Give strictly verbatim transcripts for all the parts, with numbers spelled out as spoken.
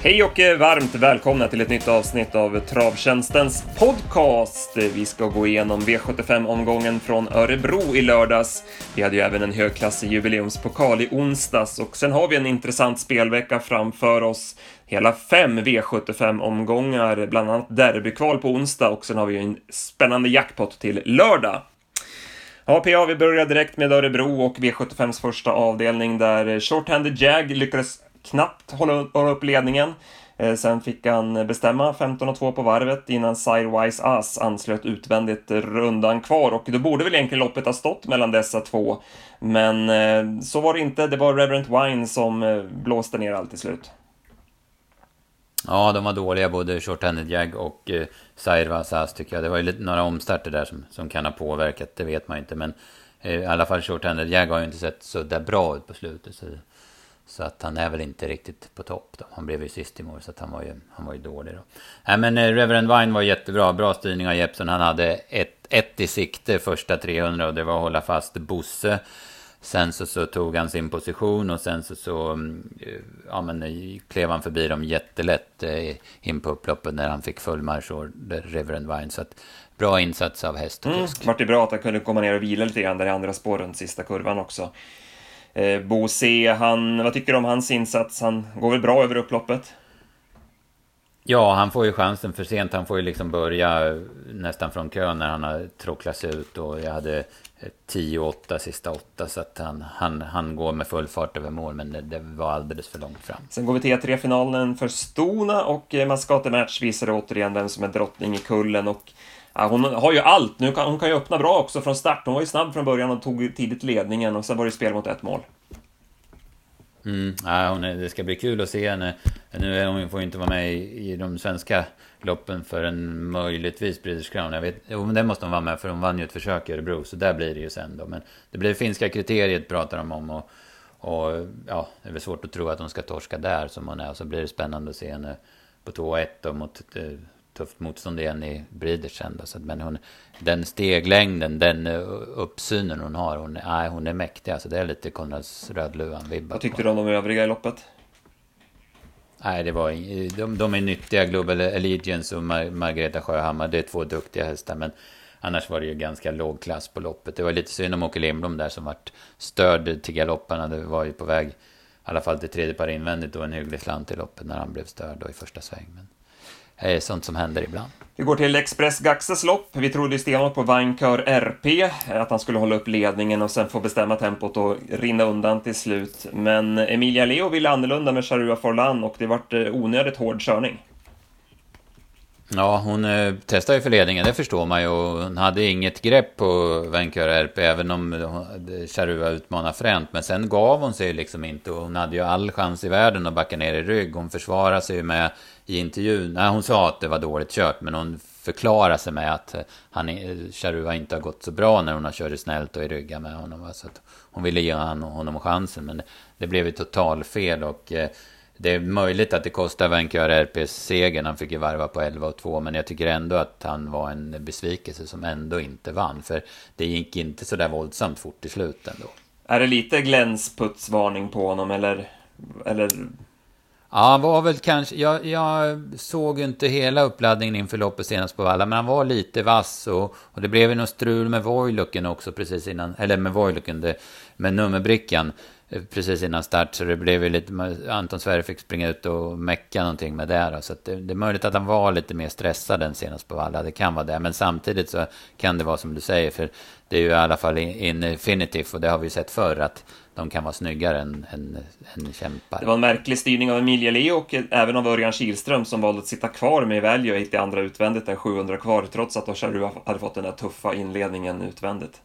Hej och varmt välkomna till ett nytt avsnitt av Travtjänstens podcast. Vi ska gå igenom V sjuttiofem-omgången från Örebro i lördags. Vi hade ju även en högklassig jubileumspokal i onsdags och sen har vi en intressant spelvecka framför oss. Hela fem V sjuttiofem-omgångar, bland annat derbykval på onsdag och sen har vi en spännande jackpot till lördag. Ja, P A, vi börjar direkt med Örebro och V sjuttiofems första avdelning där Short-Handed Jag lyckades knappt hålla, hålla upp ledningen. Eh, sen fick han bestämma femton och två på varvet innan Sidewise As anslöt utvändigt rundan kvar. Och då borde väl egentligen loppet ha stått mellan dessa två. Men eh, så var det inte. Det var Reverend Wine som eh, blåste ner allt till slut. Ja, de var dåliga, både Short-Handed Jag och eh, Sidewise As tycker jag. Det var ju lite, några omstarter där som, som kan ha påverkat, det vet man inte. Men eh, i alla fall Short-Handed Jag har ju inte sett så där bra ut på slutet. Så Så att han är väl inte riktigt på topp då. Han blev ju sist i mål så att han var ju, han var ju dålig då. Nej men eh, Reverend Wine var jättebra. Bra styrning av Jeppson. Han hade ett, ett i sikte första trehundra och det var att hålla fast Bosse. Sen så, så tog han sin position och sen så, så ja, men, klev han förbi dem jättelätt eh, in på upploppet när han fick full marsch och Reverend Wine. Så att bra insats av häst och kusk. Mm, vart det bra att han kunde komma ner och vila lite grann där i andra spåren, sista kurvan också. Eh, Bo C, han, vad tycker du om hans insats? Han går väl bra över upploppet? Ja, han får ju chansen för sent. Han får ju liksom börja nästan från kön när han har tråcklat sig ut. Och jag hade tio åtta sista åtta. Så att han, han, han går med full fart över mål. Men det, det var alldeles för långt fram. Sen går vi till E tre-finalen för Stona. Och eh, Mascate Match visar återigen vem som är drottning i kullen. Och ja, hon har ju allt. Nu kan, hon kan ju öppna bra också från start. Hon var ju snabb från början och tog tidigt ledningen. Och sen var det spel mot ett mål. Mm, ja, hon är, det ska bli kul att se henne. Nu är hon får ju inte vara med i, i de svenska loppen för en möjligtvis British Crown. Jag vet, jo, men det måste hon vara med för hon vann ju ett försök i Örebro. Så där blir det ju sen då. Men det blir finska kriteriet pratar de om. Och, och ja, det är väl svårt att tro att hon ska torska där som hon är. Och så blir det spännande att se henne på två ett då mot ett eh, tufft motstånd igen i Breeders sen då. Så att, men hon, den steglängden, den uppsynen hon har, hon, nej, hon är mäktig. Alltså det är lite Konrads Rödluvan-vibbar. Vad tyckte du om de övriga i loppet? Nej, det var de, de är nyttiga, Global Allegiance och Mar- Margareta Sjöhammar. Det är två duktiga hästar, men annars var det ju ganska låg klass på loppet. Det var lite synd om Åke Lindblom där som vart störd till galopparna. Det var ju på väg i alla fall till tredje par invändigt och en hygglig slant i loppet när han blev störd då i första sväng. Men det är sånt som händer ibland. Vi går till Express Gaxes lopp. Vi trodde stenhårt på Vinkör R P, att han skulle hålla upp ledningen och sen få bestämma tempot och rinna undan till slut. Men Emilia Leo ville annorlunda med Charua Forlan och det vart onödigt hård körning. Ja, hon eh, testade ju för ledningen, det förstår man ju. Och hon hade inget grepp på Vinkör R P, även om Charua utmanade fränt. Men sen gav hon sig liksom inte och hon hade ju all chans i världen att backa ner i rygg. Hon försvarade sig med i intervjun. Nej, hon sa att det var dåligt kört, men hon förklarade sig med att han, Charua inte har gått så bra när hon har kört snällt och i rygga med honom. Så att hon ville ge honom chansen, men det, det blev ju total fel och eh, det är möjligt att det kostar Vinkör R P:s segern. Han fick ju varva på elva och två, men jag tycker ändå att han var en besvikelse som ändå inte vann. För det gick inte så där våldsamt fort i slut ändå. Är det lite glänsputsvarning på honom, eller... eller... Ja, han var väl kanske... Jag, jag såg inte hela uppladdningen inför loppet senast på Valla, men han var lite vass. Och, och det blev ju något strul med Voilucken också precis innan... Eller med Voilucken, det, med nummerbrickan precis innan start, så det blev ju lite, Anton Sverre fick springa ut och mecka någonting med det då, så att det, det är möjligt att han var lite mer stressad än senast på Valla, det kan vara det, men samtidigt så kan det vara som du säger, för det är ju i alla fall Infinitive och det har vi sett förr att de kan vara snyggare än, än, än kämpar. Det var en märklig styrning av Emilia Leo och även av Örjan Kihlström som valde att sitta kvar med Value i andra utvändigt där sjuhundra kvar, trots att Charua hade fått den där tuffa inledningen utvändigt.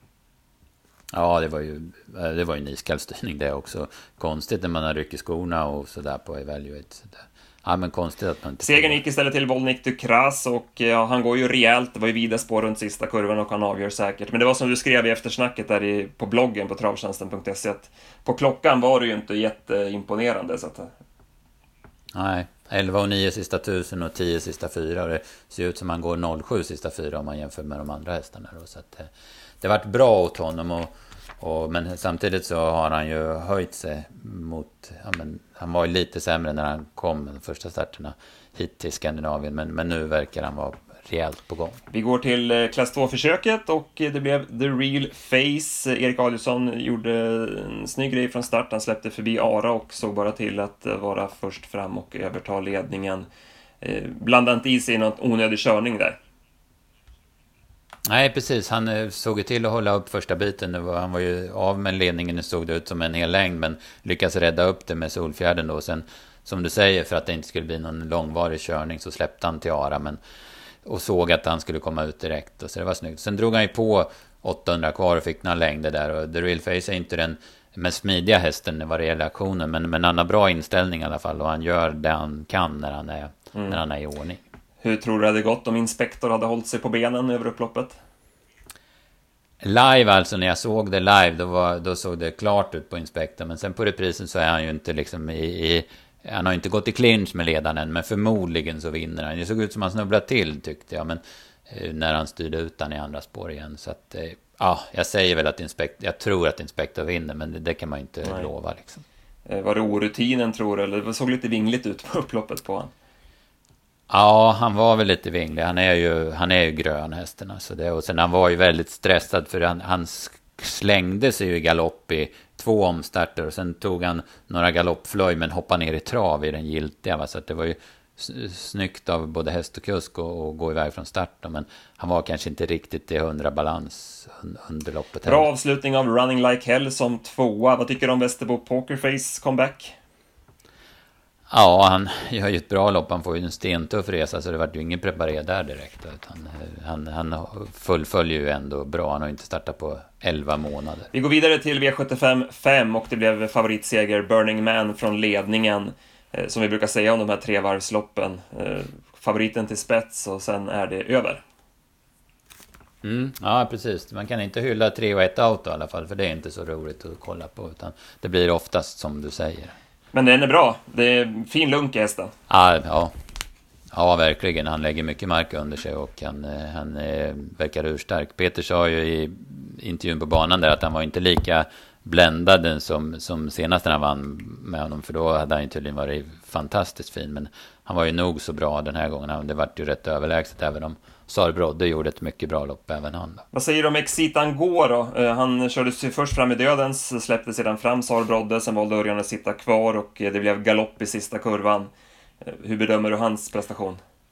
Ja, det var ju det var ju en iskall styrning det också. Konstigt när man har ryckt i skorna och sådär på Evaluate. Ja, men konstigt att man inte... Segern gick istället till Volnik Ducras och ja, han går ju rejält. Det var ju vida spår runt sista kurvan och han avgör säkert. Men det var som du skrev i eftersnacket där i, på bloggen på travtjänsten punkt se att på klockan var det ju inte jätteimponerande. Så att... Nej, elva och nio sista tusen och tio sista fyra. Och det ser ut som han går noll sju sista fyra om man jämför med de andra hästarna. Då. Så att, det har varit bra åt honom och Och, men samtidigt så har han ju höjt sig mot... Ja, men, han var ju lite sämre när han kom de första starterna hit till Skandinavien. Men, men nu verkar han vara rejält på gång. Vi går till klass två-försöket och det blev The Real Face. Erik Adielsson gjorde en snygg grej från start. Han släppte förbi Ara och såg bara till att vara först fram och överta ledningen. Blandade inte i sig någon onödig körning där. Nej, precis. Han såg till att hålla upp första biten. Det var, han var ju av med ledningen, det såg det ut som en hel längd, men lyckas rädda upp det med Solfjärden då. Sen, som du säger, för att det inte skulle bli någon långvarig körning så släppte han till Ara, men, och såg att han skulle komma ut direkt. Och så det var snyggt. Sen drog han ju på åttahundra kvar och fick några längder där. Och The Real Face är inte den mest smidiga hästen vad det gäller aktionen, men, men han har bra inställning i alla fall och han gör det han kan när han är, mm. när han är i ordning. Hur tror du det hade gått om Inspektor hade hållit sig på benen över upploppet? Live alltså, när jag såg det live, då, var, då såg det klart ut på Inspektor. Men sen på reprisen så är han ju inte liksom i... i han har inte gått i clinch med ledaren än, men förmodligen så vinner han. Det såg ut som han snubblade till, tyckte jag, men eh, när han styrde ut han i andra spår igen. Så att, eh, ja, jag säger väl att Inspektor... Jag tror att Inspektor vinner, men det, det kan man ju inte Nej. lova liksom. Eh, var det orutinen, tror du? Eller det såg lite vingligt ut på upploppet på han? Ja, han var väl lite vinglig. Han är ju, han är ju grön hästen. Alltså det. Och sen han var ju väldigt stressad för han, han slängde sig ju i galopp i två omstarter. Och sen tog han några galoppflöj men hoppade ner i trav i den giltiga. Va? Så att det var ju snyggt av både häst och kusk att gå iväg från starten. Men han var kanske inte riktigt i hundra balans under loppet. Bra avslutning av Running Like Hell som tvåa. Vad tycker du om Västerbo Pokerface comeback? Ja, han gör ju ett bra lopp. Han får ju en stentuff resa, så det var ju ingen preparé där direkt. Utan han, han fullföljer ju ändå bra. Han har inte startat på elva månader. Vi går vidare till V sjuttiofem fem och det blev favoritseger Burning Man från ledningen. Som vi brukar säga om de här tre varvsloppen. Favoriten till spets och sen är det över. Mm, ja, precis. Man kan inte hylla tre och ett auto i alla fall, för det är inte så roligt att kolla på. Utan det blir oftast som du säger. Men den är bra. Det är fin lunk i hästen. Ja, ja. Ja, verkligen. Han lägger mycket mark under sig och han, han eh, verkar urstark. Peter sa ju i intervjun på banan där att han var inte lika bländad som, som senast när han vann med honom. För då hade han ju tydligen varit fantastiskt fin. Men han var ju nog så bra den här gången. Det var ju rätt överlägset även om Sar Brodde gjorde ett mycket bra lopp även han då. Vad säger du om Exitan Går då? Han körde sig först fram i dödens, släppte sedan fram Sar Brodde, sen valde Örjan att sitta kvar och det blev galopp i sista kurvan. Hur bedömer du hans prestation?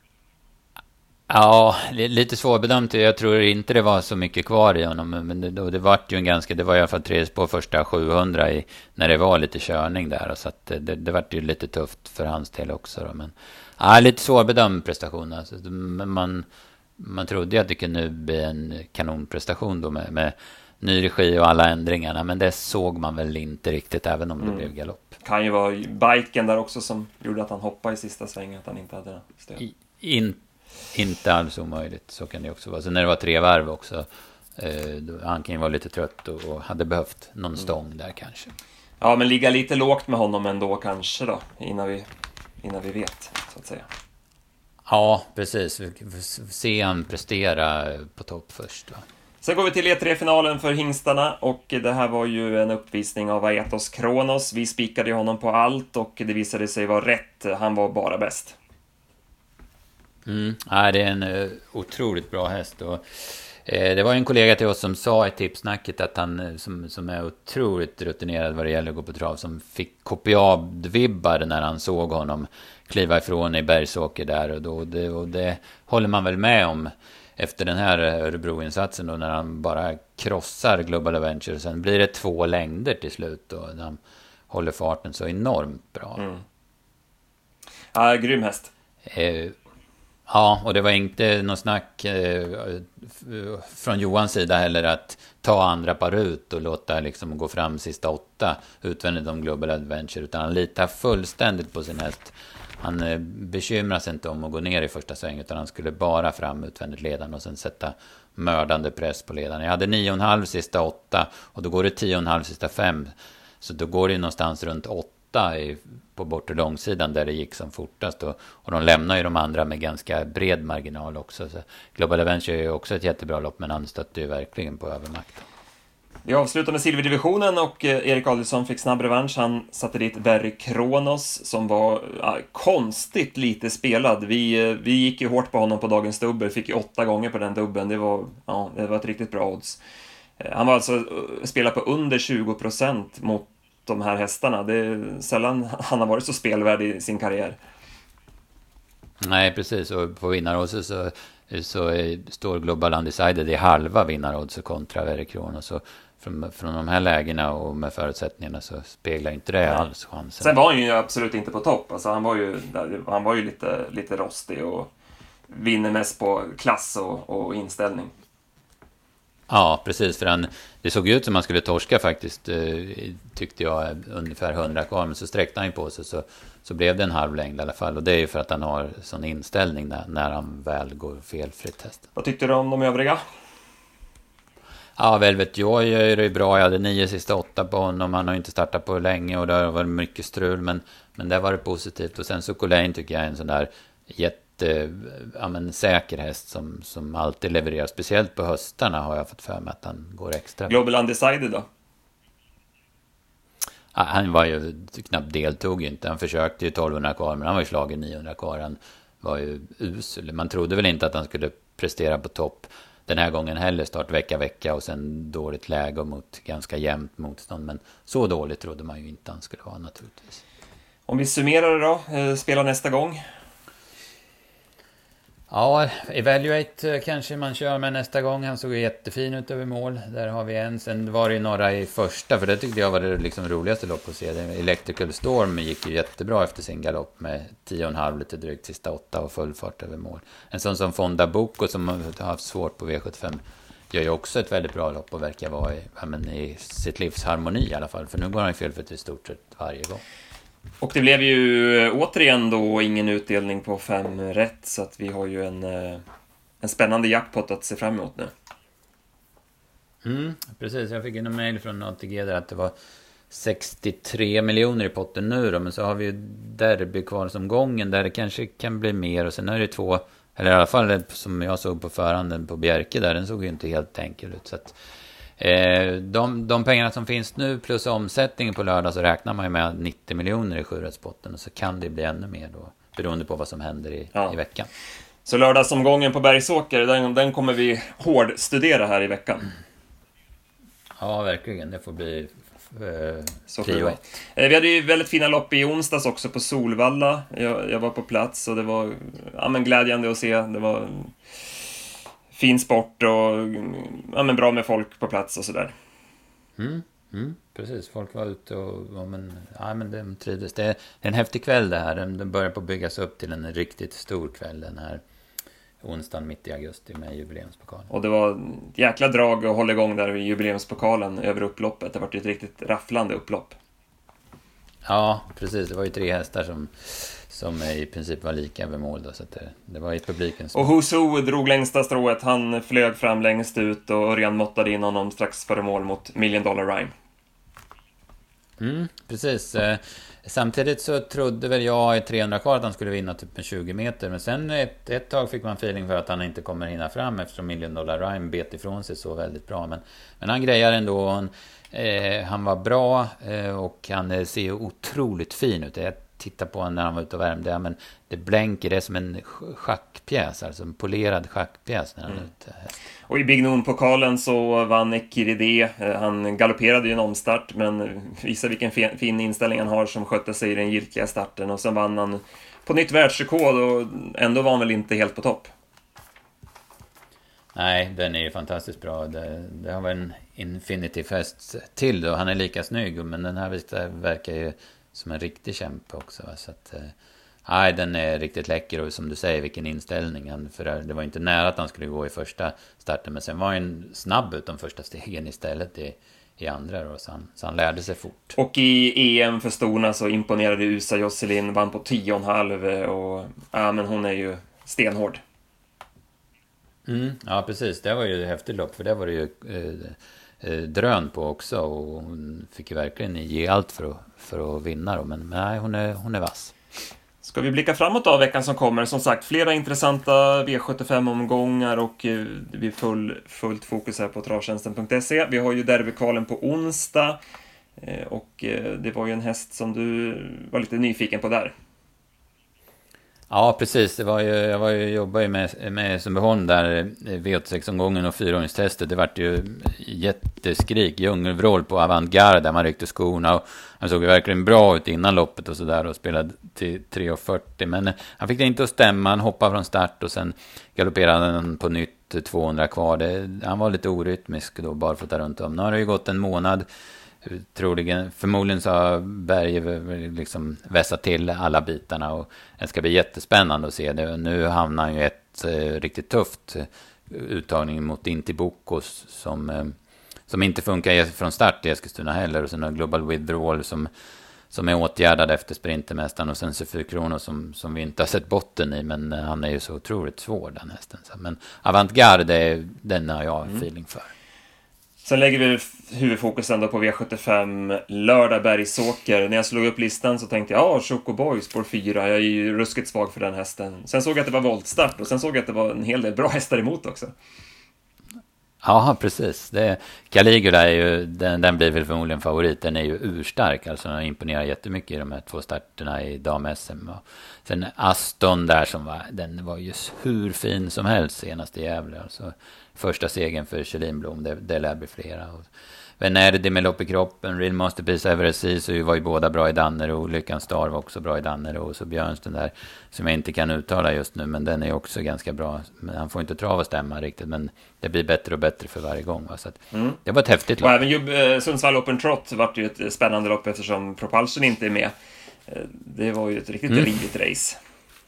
Ja, lite svårbedömt. Jag tror inte det var så mycket kvar i honom. Men det, det var ju en ganska, det var i alla fall tre på första sjuhundra i, när det var lite körning där. Så att det, det var ju lite tufft för hans del också då. Men ja, lite svårbedömd prestation. Alltså, man... Man trodde ju att det kunde bli en kanonprestation då med, med ny regi och alla ändringarna. Men det såg man väl inte riktigt, även om det mm. blev galopp. Kan ju vara biken där också som gjorde att han hoppade i sista svängen, att han inte hade stöd. In, inte alls omöjligt, så kan det också vara. Så när det var tre varv också, eh, då, han kan ju vara lite trött och, och hade behövt någon mm. stång där kanske. Ja, men ligga lite lågt med honom ändå kanske då, innan vi, innan vi vet, så att säga. Ja, precis. Vi får se han prestera på topp först. Va? Sen går vi till E tre-finalen för hingstarna och det här var ju en uppvisning av Aetos Kronos. Vi spikade honom på allt och det visade sig vara rätt. Han var bara bäst. Mm. Ja, det är en uh, otroligt bra häst. Och, eh, det var en kollega till oss som sa i tipsnacket att han som, som är otroligt rutinerad vad det gäller att gå på trav, som fick kopiabvibbar när han såg honom kliva ifrån i Bergsåker där. Och, då, det, och det håller man väl med om efter den här Örebro-insatsen då, när han bara krossar Global Adventure. Sen blir det två längder till slut och när han håller farten så enormt bra. Mm. Ja, grym häst. Eh, ja, och det var inte något snack eh, från Johans sida heller att ta andra par ut och låta liksom gå fram sista åtta utvändigt om Global Adventure, utan han litar fullständigt på sin häst. Han eh, bekymrar sig inte om att gå ner i första sväng, utan han skulle bara fram utvändigt ledaren och sen sätta mördande press på ledaren. Jag hade nio och en halv sista åtta och då går det tio och en halv sista fem. Så då går det någonstans runt åtta i, på bortre långsidan där det gick som fortast. Och, och de lämnar ju de andra med ganska bred marginal också. Så Global Adventure är ju också ett jättebra lopp, men han stötte ju verkligen på övermakten. Vi avslutar med silverdivisionen och Erik Adielsson fick snabb revansch. Han satte dit Berry Kronos som var ja, konstigt lite spelad. Vi, vi gick ju hårt på honom på dagens dubbel, fick ju åtta gånger på den dubbeln. Det var, ja, det var ett riktigt bra odds. Han var alltså spelad på under tjugo procent mot de här hästarna. Det är sällan han har varit så spelvärd i sin karriär. Nej, precis. Och på vinnaroddset så, så är, står Global Undecided i halva vinnaroddset kontra Berry Kronos. Så från, från de här lägena och med förutsättningarna så speglar inte det alls chansen. Sen var han ju absolut inte på topp. Alltså han var ju, han var ju lite, lite rostig och vinner mest på klass och, och inställning. Ja, precis. För han, det såg ut som man skulle torska faktiskt, tyckte jag, ungefär hundra kvar. Men så sträckte han ju på sig, så, så blev det en halv längd i alla fall. Och det är ju för att han har sån inställning när, när han väl går felfritt test. Vad tyckte du om de övriga? Ja, Velvet Joy är det bra. Jag hade nio sista åtta på honom. Han har inte startat på länge och det har varit mycket strul. Men, men det var det positivt. Och sen Sukolane tycker jag är en sån där jätte Ja, men säker häst som, som alltid levererar. Speciellt på höstarna har jag fått för mig att han går extra. Global Undecided då? Ja, han var ju knappt deltog ju inte. Han försökte ju tolvhundra kvar, men han var ju slagen niohundra kvar. Han var ju usel. Man trodde väl inte att han skulle prestera på topp den här gången heller. Start vecka vecka och sen dåligt läge mot ganska jämnt motstånd. Men så dåligt trodde man ju inte han skulle vara naturligtvis. Om vi summerar det då, spela nästa gång. Ja, Evaluate kanske man kör med nästa gång. Han såg ju jättefin ut över mål. Där har vi en. Sen var det några i första, för det tyckte jag var det liksom roligaste lopp att se. Electrical Storm gick ju jättebra efter sin galopp med tio komma fem lite drygt sista åtta och full fart över mål. En sån som Fonda Boko som har haft svårt på V sjuttiofem gör ju också ett väldigt bra lopp och verkar vara i, ja, men i sitt livs harmoni i alla fall. För nu går han ju fel för i stort sett varje gång. Och det blev ju återigen då ingen utdelning på fem rätt, så att vi har ju en, en spännande jackpot att se fram emot nu. Mm, precis, jag fick en mail från A T G där att det var sextiotre miljoner i potten nu då, men så har vi ju derby kvar som gången där det kanske kan bli mer, och sen är det två, eller i alla fall som jag såg på förhanden på Bjerke där, den såg ju inte helt enkel ut, så att Eh, de, de pengarna som finns nu plus omsättningen på lördag, så räknar man ju med nittio miljoner i sjurättspotten, och så kan det bli ännu mer då, beroende på vad som händer i, ja. i veckan. Så lördagsomgången på Bergsåker, den, den kommer vi hårdstudera här i veckan. Ja, verkligen. Det får bli eh, så prio ett. Eh, vi hade ju väldigt fina lopp i onsdags också på Solvalla. Jag, jag var på plats och det var ja, men glädjande att se. Det var fin sport och ja, men bra med folk på plats och sådär. Mm, mm, precis, folk var ute och ja, men, ja, men de trivdes. Det är en häftig kväll det här. Den börjar på att byggas upp till en riktigt stor kväll den här onsdagen mitt i augusti med jubileumspokalen. Och det var jäkla drag att hålla igång där i jubileumspokalen över upploppet. Det var ett riktigt rafflande upplopp. Ja, precis. Det var ju tre hästar som, som i princip var lika över mål då, så att det, det var i publiken som... Och Huso drog längsta strået. Han flög fram längst ut och Örjan måttade in honom strax före mål mot Million Dollar Rhyme. Mm, precis. Eh, samtidigt så trodde väl jag i trehundra kvar att han skulle vinna typ med tjugo meter. Men sen ett, ett tag fick man feeling för att han inte kommer hinna fram eftersom Million Dollar Rhyme bet ifrån sig så väldigt bra. Men, men han grejar ändå. Han, eh, han var bra eh, och han ser ju otroligt fin ut. Jag tittar på honom när han var ute och värmde. Men det blänker, det är som en schackpjäs, alltså en polerad schackpjäs när han är mm. ute. Och i Big Noon-pokalen så vann Ekiridé. Han galopperade ju en omstart, men visar vilken fin inställning han har som skötte sig i den giltiga starten. Och sen vann han på nytt världsrekord och ändå var han väl inte helt på topp. Nej, den är ju fantastiskt bra. Det, det har varit en Infinity-fest till då. Han är lika snygg, men den här verkar ju som en riktig kämpe också. Så att... Nej, den är riktigt läcker och som du säger, vilken inställning. För det var inte nära att han skulle gå i första starten, men sen var han snabb ut de första stegen istället i, i andra då, så, han, så han lärde sig fort. Och i E M för storna så imponerade Usa Josselin, vann på tio och en halv och ja, men hon är ju stenhård. Mm, ja, precis. Det var ju ett häftigt lopp, för det var det ju eh, eh, drön på också, och hon fick ju verkligen ge allt för att, för att vinna då, men, men nej, hon är, hon är vass. Ska vi blicka framåt då veckan som kommer? Som sagt, flera intressanta V sjuttiofem-omgångar och det blir full, fullt fokus här på travtjänsten punkt se. Vi har ju derbykvalen på onsdag och det var ju en häst som du var lite nyfiken på där. Ja, precis. Det var ju, jag var ju, jobbade ju med, med Sundbyholm där, V åttiosex-omgången och fyraåringstestet. Det var ju jätteskrik, djungelvrål på Avantgarde där man ryckte skorna. Och han såg verkligen bra ut innan loppet och sådär och spelade till tre fyrtio. Men han fick det inte att stämma, han hoppade från start och sen galopperade han på nytt tvåhundra kvar. Det, han var lite orytmisk då, bara för att ta runt om. Nu har det ju gått en månad. Troligen, förmodligen så har Berge liksom vässat till alla bitarna och det ska bli jättespännande att se det. Nu hamnar han ju ett eh, riktigt tufft uttagning mot Intibokos som, eh, som inte funkar från start i Eskilstuna heller, och sen har Global Withdrawal som, som är åtgärdad efter Sprintermästaren, och sen Sefyr Kronos som, som vi inte har sett botten i, men han är ju så otroligt svår den hästen. Men Avantgarde, den har jag mm. feeling för. Sen lägger vi huvudfokusen då på V sjuttiofem lördag Bergsåker. När jag slog upp listan så tänkte jag, ja, Choco Boy spår fyra. Jag är ju ruskigt svag för den hästen. Sen såg jag att det var voltstart och sen såg jag att det var en hel del bra hästar emot också. Ja, precis. Det, Caligula är ju, den, den blir väl förmodligen favorit. Den är ju urstark, alltså den imponerar jättemycket i de här två starterna i dam-S M. Sen Aston där som var, den var ju hur fin som helst senast i Gävle. Alltså första segern för Kjellin Blom, det, det lär bli flera. Och Venerdi med lopp i kroppen, Real Masterpiece Everest, så var ju båda bra i Dannero. Lyckans Star var också bra i Dannero. Och så Björnsten där, som jag inte kan uttala just nu, men den är också ganska bra. Men han får inte trava stämma riktigt, men det blir bättre och bättre för varje gång. Va? Så att, mm. det var ett häftigt lopp. Och även ju, Sundsvall Open Trot var ju ett spännande lopp eftersom Propulsion inte är med. Det var ju ett riktigt mm. rivigt race.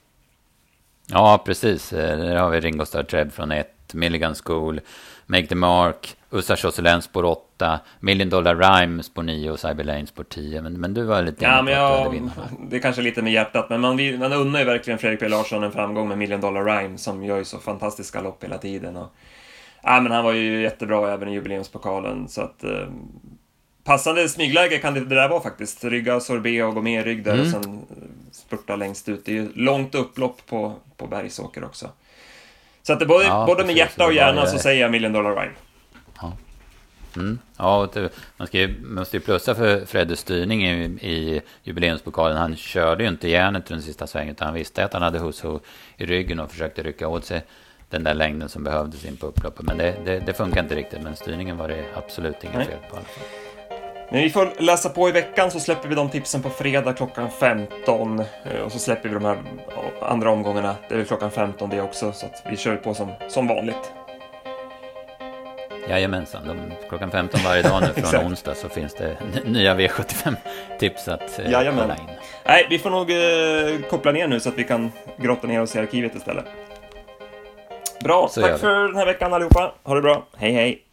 Ja, precis. Där har vi Ringo Starr Treb från ett, Milligan School, Make the Mark, Ussa Choselens på åtta, Million Dollar Rhymes på nio och Cyber Lanes på tio. Men, men du var lite... Ja, men jag, det är kanske lite med hjärtat, men man, man unnar ju verkligen Fredrik P. Larsson en framgång med Million Dollar Rhymes som gör ju så fantastiska lopp hela tiden. Och, ja, men han var ju jättebra även i jubileumspokalen, så att... Eh, passande smygläge kan det, det där vara faktiskt. Rygga sorbet och gå med i rygg där mm. och sen spurta längst ut. Det är ju långt upplopp på, på Bergsåker också. Så att det både, ja, både med hjärta och hjärna så säger jag Million Dollar Rhyme. Ja, mm. ja det, man ska ju, måste ju plussa för Freddes styrning i, i jubileumspokalen. Han körde ju inte järnet den sista svängen, utan han visste att han hade Husso i ryggen och försökte rycka åt sig den där längden som behövdes in på upploppet. Men det, det, det funkar inte riktigt, men styrningen var det absolut inget fel på i alla fall. Men vi får läsa på i veckan, så släpper vi de tipsen på fredag klockan femton. Och så släpper vi de här andra omgångarna. Det är klockan femton det också, så att vi kör på som, som vanligt. Jajamensan, de, klockan femton varje dag nu från onsdag så finns det nya V sjuttiofem-tips att eh, kolla in. Nej, vi får nog eh, koppla ner nu så att vi kan grotta ner oss i arkivet istället. Bra, så tack för den här veckan allihopa. Ha det bra, hej hej!